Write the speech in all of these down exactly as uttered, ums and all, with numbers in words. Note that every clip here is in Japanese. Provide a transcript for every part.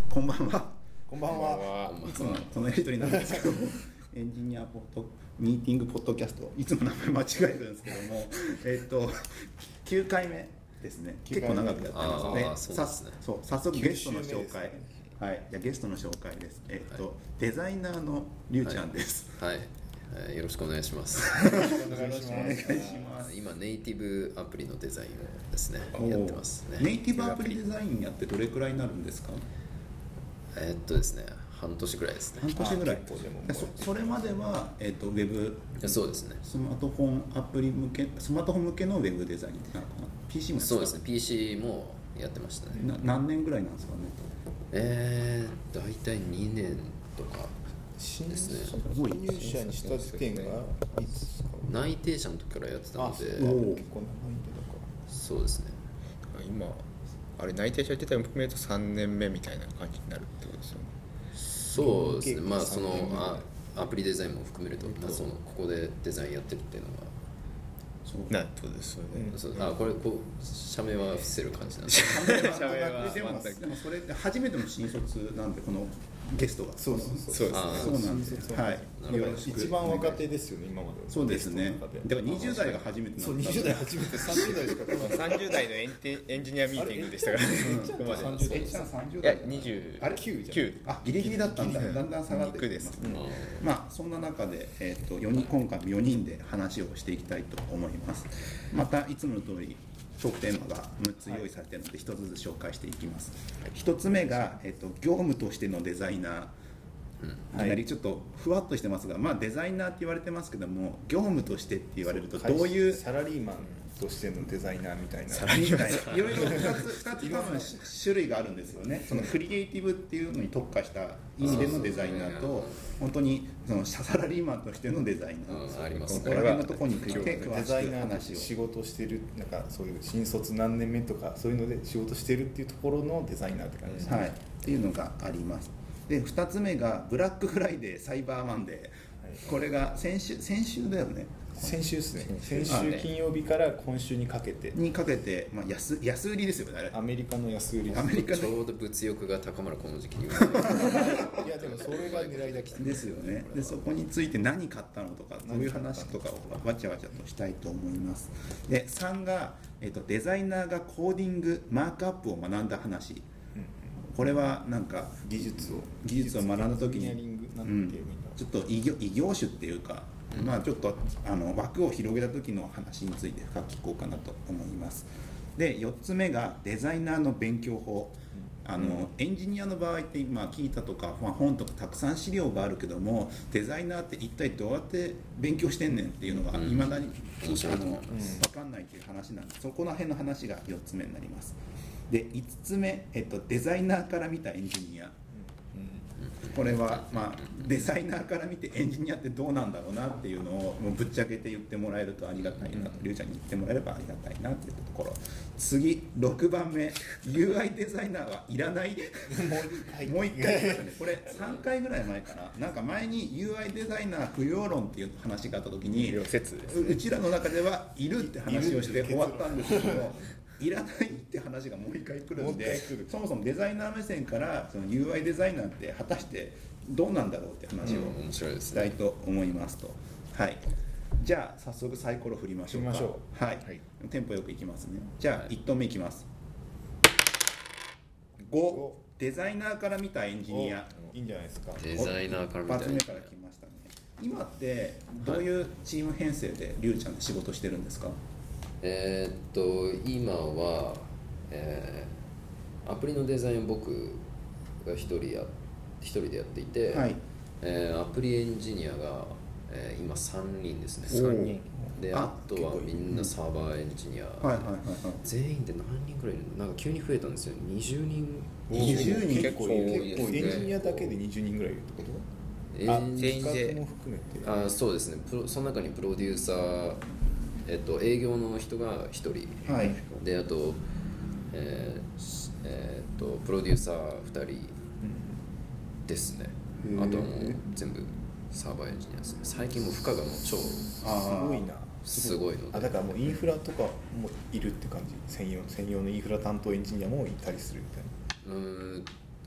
こんばんは。 こんばんは。 いつもこのやりとりなんですけどもエンジニアポッドミーティングポッドキャスト、いつも名前間違えるんですけどもえっときゅうかいめですね。結構長くやってますので、 あそうですね、 そう早速ゲストの紹介、 ね、 はい、じゃあゲストの紹介です。えっと、はい、デザイナーのりゅうちゃんです。 はい、はいはい、よろしくお願いします。 よろしくお願いします。 今ネイティブアプリのデザインをですねやってますね。 ネイティブアプリデザインやってどれくらいになるんですか？ えー、っとですね半年ぐらいですね。 半年ぐらい。そ, それまでは、えー、とウェブ、 そうですね、 スマートフォンアプリ向け、スマートフォン向けのウェブデザインなのかな。 ピーシー もそうですね、ピーシー もやってましたね。 な何年ぐらいなんですかね。 えー、大体にねんとかですね。 新入社にした時点がいつですか？ 内定者の時からやってたので、 結構長いんでだから。 そうですね。 今あれ内定者自体も含めるとさんねんめみたいな感じになるってことですよね。 そうですね。まあそのアプリデザインも含めると、まあそのここでデザインやってるっていうのが。 そうなるとですよね。 そうあこれこう社名は伏せる感じなんです。 社名はでもでもそれって初めての新卒なんでこのゲストがそうそうそうそうそうなんです。はい。 一番若手ですよね今まで。 そうですね。だからにじゅう代が初めてそうにじゅう代初めてさんじゅう代しかさんじゅう代のエンテエンジニアミーティングでしたから。 ここまで。さんじゅういやにじゅうあれきゅうあギリギリだったんだ。だんだん下がってきます。まあそんな中でえっとよにん今回よにんで話をしていきたいと思います。またいつもの通りトークテーマがむっつ用意されているのでひとつずつ紹介していきます。ひとつめが、えっと、業務としてのデザイナー、うん、いきなりちょっとふわっとしてますが、まあ、デザイナーって言われてますけども業務としてって言われるとどういうサラリーマンとしてのデザイナーみたいなサラリーマンいろいろふたつふたつ多分種類があるんですよね。そのクリエイティブっていうのに特化した意味でのデザイナーと本当にそのサラリーマンとしてのデザイナー、 ありますね。 ここら辺のところについてデザイナーとして仕事してるなんかそういう新卒何年目とかそういうので仕事してるっていうところのデザイナーって感じですね、 はい、っていうのがあります。でふたつめがブラックフライデーサイバーマンデー、はい、これが先週先週だよね。 先週ですね。先週金曜日から今週にかけてにかけて、まあ、安, 安売りですよね。 アメリカの安売りアメリカちょうど物欲が高まるこの時期にいやでもそれが狙いだけですよね。でそこについて何買ったのとかそういう話とかをわちゃわちゃとしたいと思います。でさんが、えっと、デザイナーがコーディングマークアップを学んだ話。これはなんか技術を技術を学んだ時に、 うん、 ちょっと異業、異業種っていうか、うん、まあちょっとあの枠を広げた時の話について深く聞こうかなと思います。でよっつめがデザイナーの勉強法。あの、うん、エンジニアの場合って今聞いたとか、まあ、本とかたくさん資料があるけどもデザイナーって一体どうやって勉強してんねんっていうのがいまだに、うん、あの、うん、分かんないという話なんでそこら辺の話がよっつめになります。でいつつめ、えっと、デザイナーから見たエンジニア、これは、まあ、デザイナーから見てエンジニアってどうなんだろうなっていうのをもうぶっちゃけて言ってもらえるとありがたいなと、りゅうちゃんに言ってもらえればありがたいなっていうところ。次ろくばんめ ユーアイ デザイナーはいらないもう一回もう一回言いましたね。これさんかいぐらい前かな。なんか前に ユーアイ デザイナー不要論っていう話があった時にうちらの中ではいるって話をして終わったんですけどいらないって話がもう一回来るんで、そもそもデザイナー目線からその ユーアイ デザイナーって果たしてどうなんだろうって話をしたいと思いますと、はい、じゃあ早速サイコロ振りましょうか。 振りましょう。 はい、はい、テンポよくいきますね。じゃあいち投目いきます。ご、デザイナーから見たエンジニア。 いいんじゃないですか。 デザイナーから見た一発目から来ましたね。今ってどういうチーム編成でりゅうちゃんで仕事してるんですか？ えー、っと今は、えー、アプリのデザインを僕が一人や一人でやっていて、はい、えー、アプリエンジニアが、えー、今さんにんですね。さんにんで、あとはみんなサーバーエンジニア、全員で何人くらいいるの？なんか急に増えたんですよ。にじゅうにん。 にじゅうにん結構いる。結構エンジニアだけでにじゅうにんぐらいいるってこと？ エンジニアも含めて。 あ、そうですね。プロその中にプロデューサー、えっと、営業の人がひとり、はい、であと、えーえー、っとプロデューサーふたりですね。あとはもう全部サーバーエンジニアですね。最近も負荷がもう超すごいな。 すごいので、 あだからもうインフラとかもいるって感じ。専用専用のインフラ担当エンジニアもいたりするみたいな。 うーん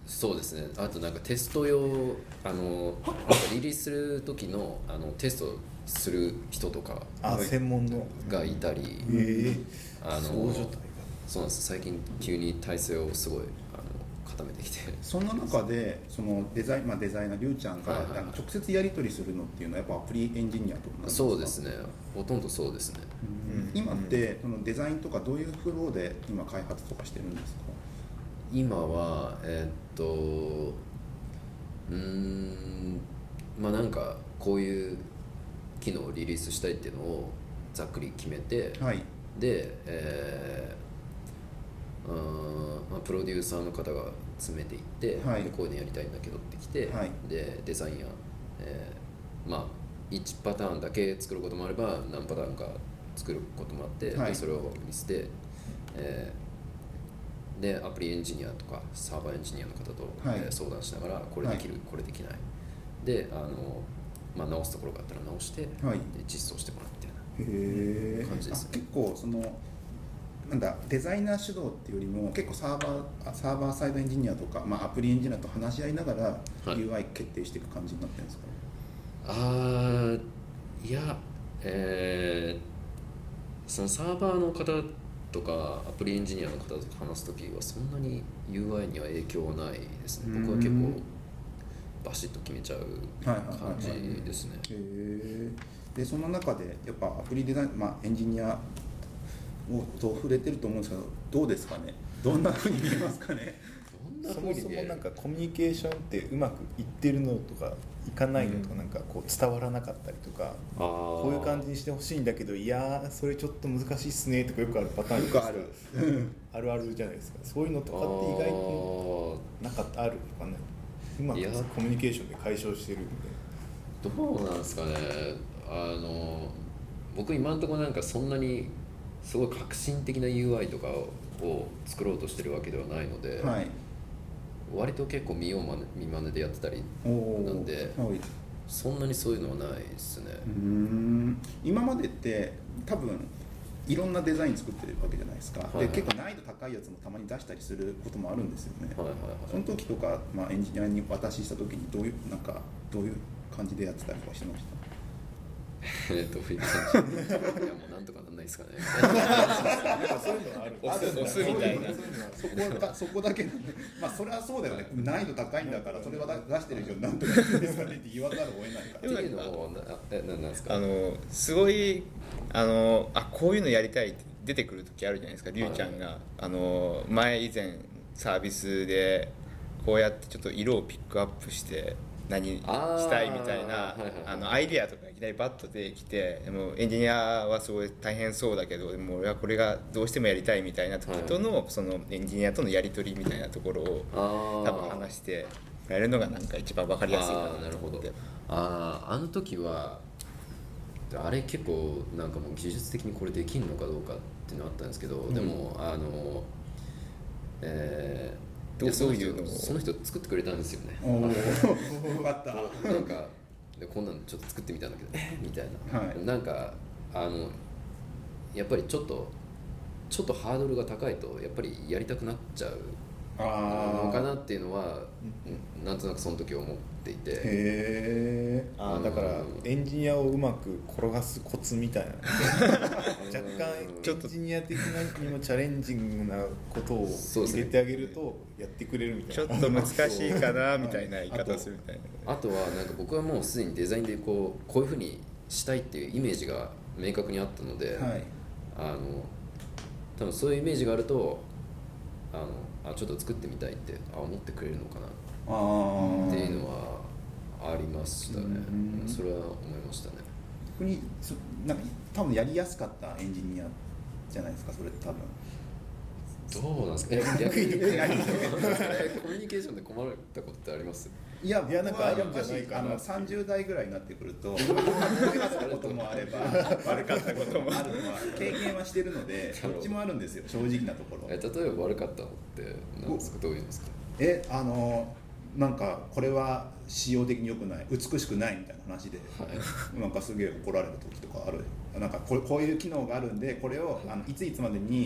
そうですね。あとなんかテスト用あのなんかリリースする時のあのテストする人とかあ専門のがいたり、 えあのそう状態がそうなんです。最近急に体制をすごいあの固めてきて、 そんな中でそのデザイン、まあ、デザイナーりゅうちゃんがはいはいはい直接やり取りするのっていうのはやっぱアプリエンジニアとかなんですか？ そうですね。ほとんどそうですね。 うん今ってそのデザインとかどういうフローで今開発とかしてるんですか？ 今はえーっとうーんまあなんかこういう機能をリリースしたいっていうのをざっくり決めて、 はいで、えーうーんまあ、プロデューサーの方が詰めていって、 はいでこういうのやりたいんだけどってきて、 はいでデザインや、えーまあいちパターンだけ作ることもあれば何パターンか作ることもあって、 はいでそれを見せて、えーでアプリエンジニアとかサーバーエンジニアの方と、 はいえー相談しながらこれできる、 はいこれできないであの、まあ、直すところがあったら直して、 はいで実装してもらうみたいな。 へえ感じですね。 結構そのなんだデザイナー主導っていうよりも結構サーバーあサーバーサイドエンジニアとか、まあ、アプリエンジニアと話し合いながらはいユーアイ 決定していく感じになってるんですか？ あーいやえーそのサーバーの方とかアプリエンジニアの方と話すときはそんなに ユーアイ には影響はないですね。僕は結構バシッと決めちゃうはいはいはい感じですね。 へえ。でその中でやっぱアプリデザイン、まあ、エンジニアをと触れてると思うんですけどどうですかね？どんな風に見えますかね？ どんなそもそも風に見えるなんかコミュニケーションってうまくいってるのとかいかないのとかなんかこう伝わらなかったりとか、 あーこういう感じにしてほしいんだけどいやーそれちょっと難しいっすねとかよくあるパターンよくあるあるあるじゃないですか。そういうのとかって意外となかったあるとかねうまくいやコミュニケーションで解消してるんで。 どうなんですかね。あの僕今のところなんかそんなにすごい革新的な ユーアイ とかを作ろうとしてるわけではないので、 はい。 割と結構見ようまね見まねでやってたりおーなんではい。 そんなにそういうのはないですね。 うーん今までって多分いろんなデザイン作ってるわけじゃないですか、 はいはいで結構難易度高いやつもたまに出したりすることもあるんですよね、 はいはいその時とか、まあ、エンジニアに渡しした時にどういうなんかどういう感じでやってたりとかしてましたはい。どういう感じ？いやもうなんとかなんないですかね。 そういうのはある押す押すみたいなそこだそこだけなんでまあそれはそうだよね難易度高いんだからそれは出してる以上なんとかなんですかねって言わざるを得ないからっていうのをなえななんですか。 あのすごいあのあこういうのやりたいって出てくる時あるじゃないですか。りゅうちゃんがあの前以前サービスでこうやってちょっと色をピックアップして何したいみたいなはいはいはいあのアイディアとかいきなりバッと出てきてでもエンジニアはすごい大変そうだけどでも俺はこれがどうしてもやりたいみたいな時とのそのエンジニアとのやり取りみたいなところをあ多分話してやるのがなんか一番分かりやすいかなあーなるほどと思って。 あああの時はあれ結構なんかもう技術的にこれできるのかどうかっていうのあったんですけど、 んでもあのえーどうやそのどういうのを人その人作ってくれたんですよね。 おおよかったなんかでこんなのちょっと作ってみたんだけどえみたいな、 はいなんかあのやっぱりちょっとちょっとハードルが高いとやっぱりやりたくなっちゃうあのかなっていうのはうんなんとなくその時思っていて、 へえあーだからエンジニアをうまく転がすコツみたいな若干ちエンジニア的なにもチャレンジングなことをそうですね入れてあげるとやってくれるみたいな。 ちょっと難しいかなみたいな言い方をするみたいな。 あとはなんか僕はもうすでにデザインでこうこういうふうにしたいっていうイメージが明確にあったので、 はいあの多分そういうイメージがあるとあのあちょっと作ってみたいってあ思ってくれるのかなああっていうのはありましたね。 うんそれは思いましたね。 逆にそなんか多分やりやすかったエンジニアじゃないですかそれ多分どうなんですか。え逆にコミュニケーションで困ったことってあります？ いやいやなんかあるんじゃないかなあのさんじゅう代ぐらいになってくると悪かったこともあれば悪かったこともあるのは経験はしてるのでどっちもあるんですよ正直なところえ例えば悪かったのって何ですか？どういうんですか？ えあのなんかこれは仕様的に良くない美しくないみたいな話で、 はい、 なんかすげえ怒られる時とかあるなんかこうこういう機能があるんでこれをあのいついつまでに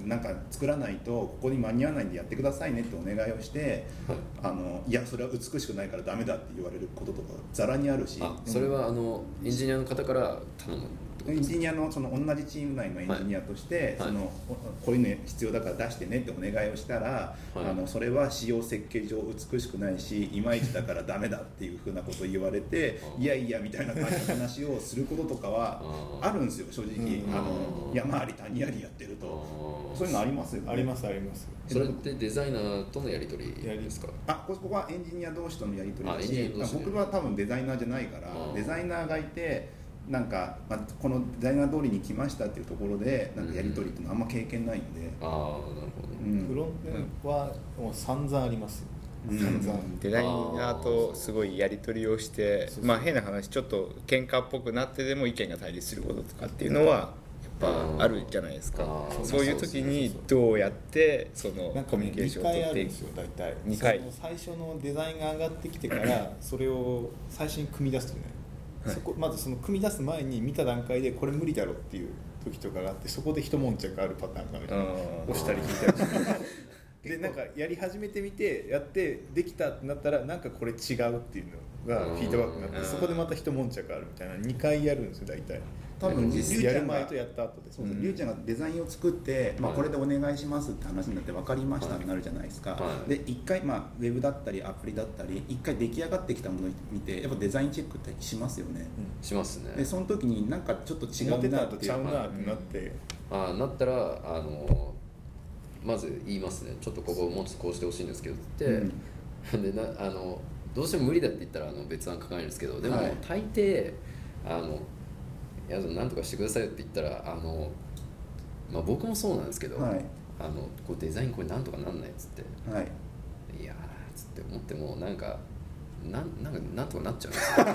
なんか作らないとここに間に合わないんでやってくださいねってお願いをして、はい、あのいやそれは美しくないからダメだって言われることとかざらにあるし、 あそれはあのエンジニアの方から頼むエンジニアのその同じチーム内のエンジニアとして、はい、そのこういうの必要だから出してねってお願いをしたら、はい、あのそれは使用設計上美しくないしいまいちだからダメだっていうふうなことを言われていやいやみたいな感じの話をすることとかはあるんですよ正直。あの山あり谷ありやってるとそういうのありますよね。 ありますあります。 それってデザイナーとのやり取りですか？ あここはエンジニア同士とのやり取りだし、僕は多分デザイナーじゃないからデザイナーがいてなんか、まあ、このデザイナー通りに来ましたっていうところでなんかやり取りっていうのはあんま経験ないんで、 うん、ああなるほど、 うん、フロントはもう散々ありますよ、うん、散々 デザイナーとすごいやり取りをしてまあ変な話ちょっと喧嘩っぽくなってでも意見が対立することとかっていうのはやっぱあるじゃないですか。そういう時にどうやってそのコミュニケーションを取っていく。 にかいあるんですよ大体。にかい最初のデザインが上がってきてからそれを最初に組み出すとね、はい、そこまずその組み出す前に見た段階でこれ無理だろっていう時とかがあってそこで一悶着あるパターンが押したり聞いたりしてでなんかやり始めてみてやってできたってなったらなんかこれ違うっていうのがフィードバックになってそこでまた一悶着あるみたいなにかいやるんですよ大体。 多分実際やる前とやった後でそうそう、りゅうちゃんがデザインを作って、まあ、これでお願いしますって話になって分かりましたってなるじゃないですか、はい、で一回、まあ、ウェブだったりアプリだったり一回出来上がってきたものを見てやっぱデザインチェックってしますよね、 うん、しますね。 でその時になんかちょっと違うなってちゃうなってなって、 あなったらあのまず言いますねちょっとここをもうちょっとこうしてほしいんですけどって、うん、でなあのどうしても無理だって言ったらあの別案書かないんですけどでも、はい、大抵あのいやなんとかしてくださいよって言ったらあの、まあ、僕もそうなんですけど、はい、あのこうデザインこれなんとかなんないっつって、はい、いやーっつって思ってもなんかなんなんかなんとかなっちゃうんですよ。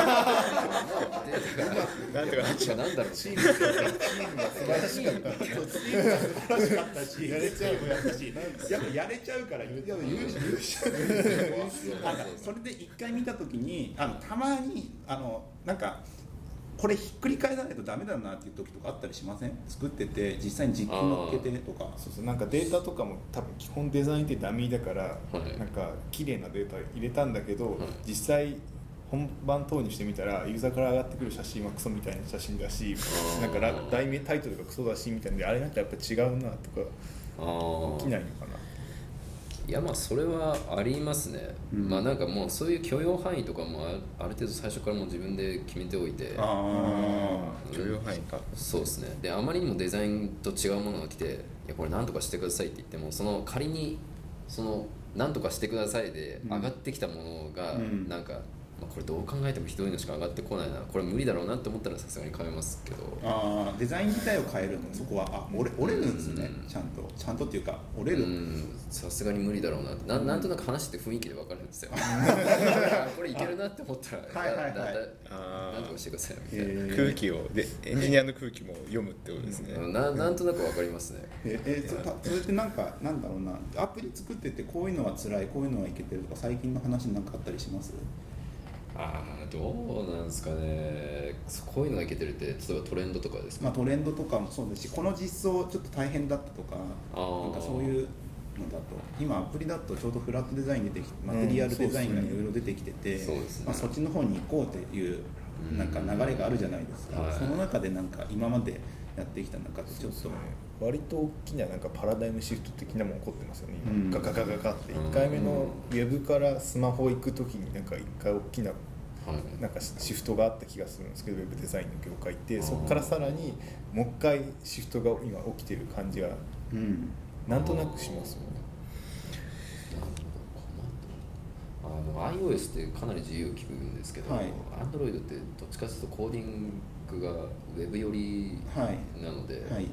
なんとかなっちゃうなんだろうチームが素晴らしかった。チームが素晴らしかったしやれちゃうもやったしやっぱやれちゃうから言う言う言うしそれで一回見た時にあのたまにあのなんかこれひっくり返さないとダメだなっていう時とかあったりしません？作ってて実際に実機乗っけてとか。そうそうなんかデータとかも多分基本デザインってダミーだから、はい、なんか綺麗なデータ入れたんだけど、はい、実際本番投入してみたらユーザーから上がってくる写真はクソみたいな写真だしなんか題名タイトルがクソだしみたいなんであれなんかやっぱ違うなとか起きないのかな。 いやまあそれはありますね、うん、まあなんかもうそういう許容範囲とかもある程度最初からもう自分で決めておいてああ許容範囲かそうですね。であまりにもデザインと違うものが来ていやこれ何とかしてくださいって言ってもその仮にその何とかしてくださいで上がってきたものがなんか、うんまあ、これどう考えてもひどいのしか上がってこないなこれ無理だろうなって思ったらさすがに変えますけどああデザイン自体を変えるのそこはあ折れ、折れるんですね、うん、ちゃんとちゃんとっていうか折れるさすがに無理だろうなって な, なんとなく話して雰囲気で分かるんですよこれいけるなって思ったらはいはいはい何とかしてくださいみたいな空気をでエンジニアの空気も読むってことですね、 うん、な, なんとなく分かりますねええそ, それってなんかなんだろうなアプリ作っててこういうのは辛いこういうのはいけてるとか最近の話なんかあったりします？ ああどうなんですかねこういうのがいけてるって例えばトレンドとかですか？ まあトレンドとかもそうですしこの実装ちょっと大変だったとかなんかそういうのだと今アプリだとちょうどフラットデザイン出てきてマテリアルデザインがいろいろ出てきてて、うん そ, ねまあ、そっちの方に行こうというなんか流れがあるじゃないですか、うん、その中でなんか今までやってきた中でちょっと、ね、 割と大きななんかパラダイムシフト的なもん起こってますよね、うん、ガガガガガっていっかいめのウェブからスマホ行く時になんかいっかい大きななんかシフトがあった気がするんですけどウェブデザインの業界ってそこからさらにもう一回シフトが今起きてる感じがなんとなくしますよね。 あの iOS ってかなり自由聞くんですけど、はい、Android ってどっちかというとコーディングがウェブ寄りなので、はいはい、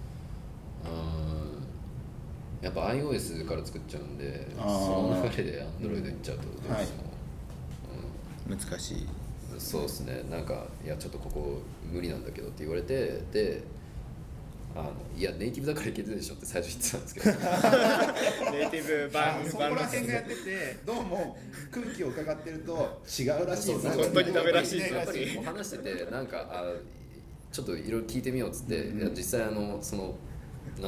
うんやっぱ iOS から作っちゃうんでその流れで Android 行っちゃうとどうしても、はい難しいそうですねなんかいやちょっとここ無理なんだけどって言われてであのいやネイティブだからいけてるでしょって最初言ってたんですけどネイティブ版そこら辺がやっててどうも空気を伺ってると違うらしいです本当にダメらしいやっぱり話しててなんかあちょっといろいろ聞いてみようっつって、うん、いや実際あのそのなんだろう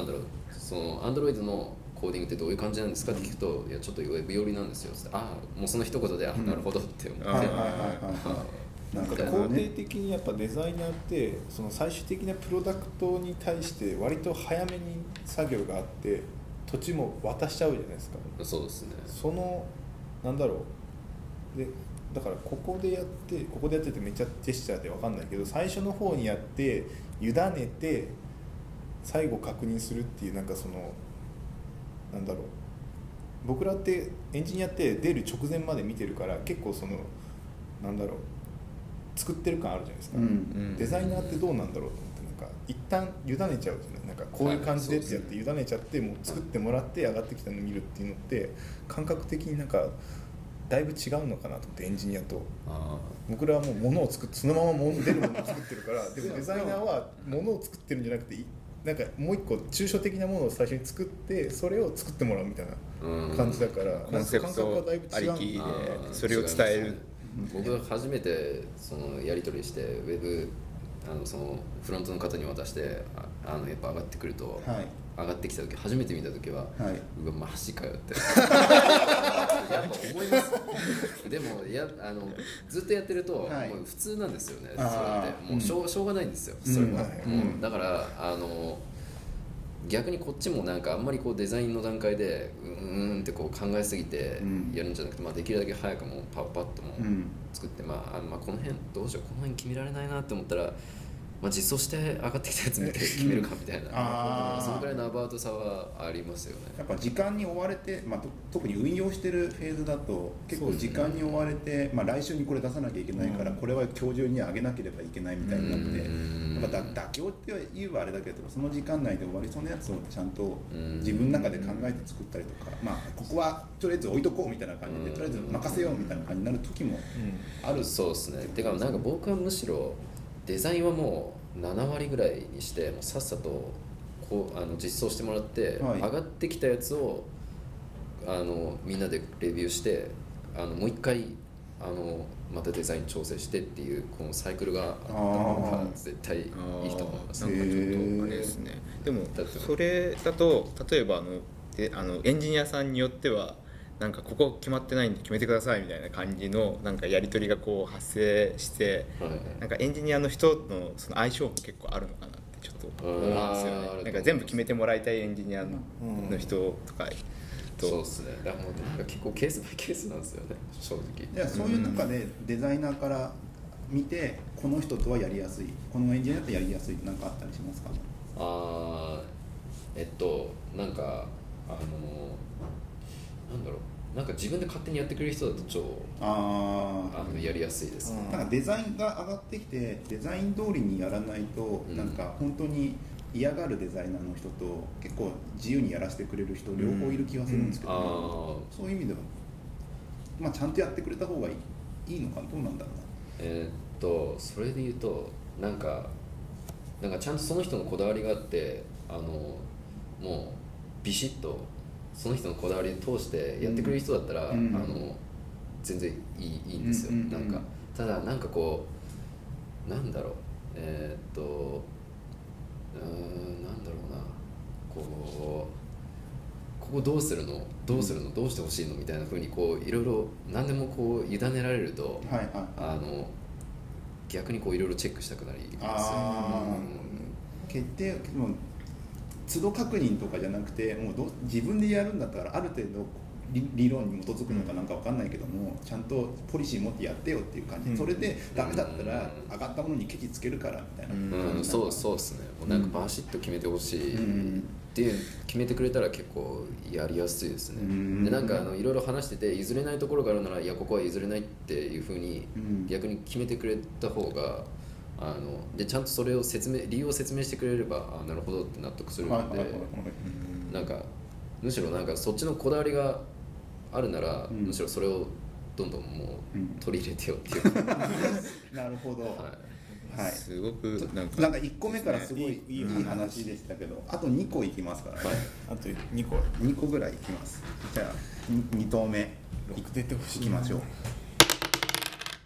その Android のコーディングってどういう感じなんですかって聞くと、いやちょっとウェブ寄りなんですよって、ああもうその一言で、あ、なるほどって思って、 はいはいはいはいなんか肯定的にやっぱデザイナーってその最終的なプロダクトに対して割と早めに作業があって土地も渡しちゃうじゃないですか。 そうですね。 そのなんだろうでだからここでやってここでやっててめっちゃジェスチャーで分かんないけど、最初の方にやって委ねて最後確認するっていう、なんかそのなんだろう、僕らってエンジニアって出る直前まで見てるから結構そのなんだろう作ってる感あるじゃないですか、うんうん、デザイナーってどうなんだろうと思って、なんか一旦委ねちゃうじゃない、なんかこういう感じでってやって委ねちゃってもう作ってもらって上がってきたのを見るっていうのって感覚的になんかだいぶ違うのかなと思って、エンジニアと。あ僕らはもう物を作ってそのまま物出るものを作ってるからでもデザイナーは物を作ってるんじゃなくてなんかもう一個抽象的なものを最初に作ってそれを作ってもらうみたいな感じだから、 コンセプトありきでそれを伝える。 僕が初めてそのやり取りしてウェブあのそのフロントの方に渡してああのやっぱ上がってくると、はい、上がってきた時初めて見た時は、はい、うわマジかよってやっぱ思いますでもやあのずっとやってると、はい、もう普通なんですよね。それってもうしょう、うん、しょうがないんですよそれは、うんもうだからあの逆にこっちもなんかあんまりこうデザインの段階でうーんってこう考えすぎてやるんじゃなくて、まあ、できるだけ早くもうパッパッとも作って、まあ、あのまあこの辺どうしようこの辺決められないなって思ったら、まあ、実装して上がってきたやつ見て決めるかみたいな、あそのぐらいのアバウトさはありますよね。 やっぱ時間に追われて、まあ、特に運用してるフェーズだと結構時間に追われて、まあ、来週にこれ出さなきゃいけないから、うん、これは今日中には上げなければいけないみたいになって、やっぱ妥協って言えばあれだけどその時間内で終わりそうなやつをちゃんと自分の中で考えて作ったりとか、まあ、ここはとりあえず置いとこうみたいな感じでとりあえず任せようみたいな感じになる時もある、うん、 そうですね。てかなんか僕はむしろデザインはもうななわりぐらいにしてもうさっさとこうあの実装してもらって、はい、上がってきたやつをあのみんなでレビューしてあのもう一回あのまたデザイン調整してっていうこのサイクルがあった方が絶対いいと思います。 なんかちょっとあれですね。でもそれだと例えばあのであのエンジニアさんによってはなんかここ決まってないんで決めてくださいみたいな感じのなんかやり取りがこう発生して、はい、なんかエンジニアの人のその相性も結構あるのかなってちょっと思うんですよね。なんか全部決めてもらいたいエンジニアの人とか、 うん、そうですね。だからもうなんか結構ケースバイケースなんですよね正直。 いやそういう中でデザイナーから見てこの人とはやりやすいこのエンジニアとやりやすいなんかあったりしますか？ あえっとなんかあのなんだろうなんか自分で勝手にやってくれる人だと超ああのやりやすいです、ね、 なんかデザインが上がってきてデザイン通りにやらないと、うん、なんか本当に嫌がるデザイナーの人と結構自由にやらせてくれる人両方いる気がするんですけど、ねうんうん、そういう意味では、まあ、ちゃんとやってくれた方がいい、いいのかどうなんだろうな。 えー、っとそれで言うとなんかなんかちゃんとその人のこだわりがあってあのもうビシッとその人のこだわりを通してやってくれる人だったら、うん、あの全然いい、いいんですよ、うん、なんかただなんかこうなんだろうえー、っとうーんなんだろうなこうここどうするのどうするのどうしてほしいのみたいな風にこういろいろ何でもこう委ねられると、はいはいはい、あの逆にこういろいろチェックしたくなりますよね、 うん、決定もう都度確認とかじゃなくてもうど自分でやるんだったらある程度 理, 理論に基づくのかなんか分かんないけども、うん、ちゃんとポリシー持ってやってよっていう感じ、うん、それでダメだったら上がったものにケチつけるからみたいな、 うんうん、そうそうですねもうなんかバシッと決めてほしい、うん、で決めてくれたら結構やりやすいですね、うん、でなんかあのいろいろ話してて譲れないところがあるならいやここは譲れないっていうふうに逆に決めてくれた方があのでちゃんとそれを説明理由を説明してくれればあなるほどって納得するのでなんかむしろなんかそっちのこだわりがあるなら、うん、むしろそれをどんどんもう取り入れてよっていう、うん、 なるほど、 はいはい、すごくなんかなんかいっこめからすごいいい話でしたけどあとにこいきますからね、はい、 あとにこにこぐらいいきます。じゃあ に, に投目ろく出てほしいいきましょう。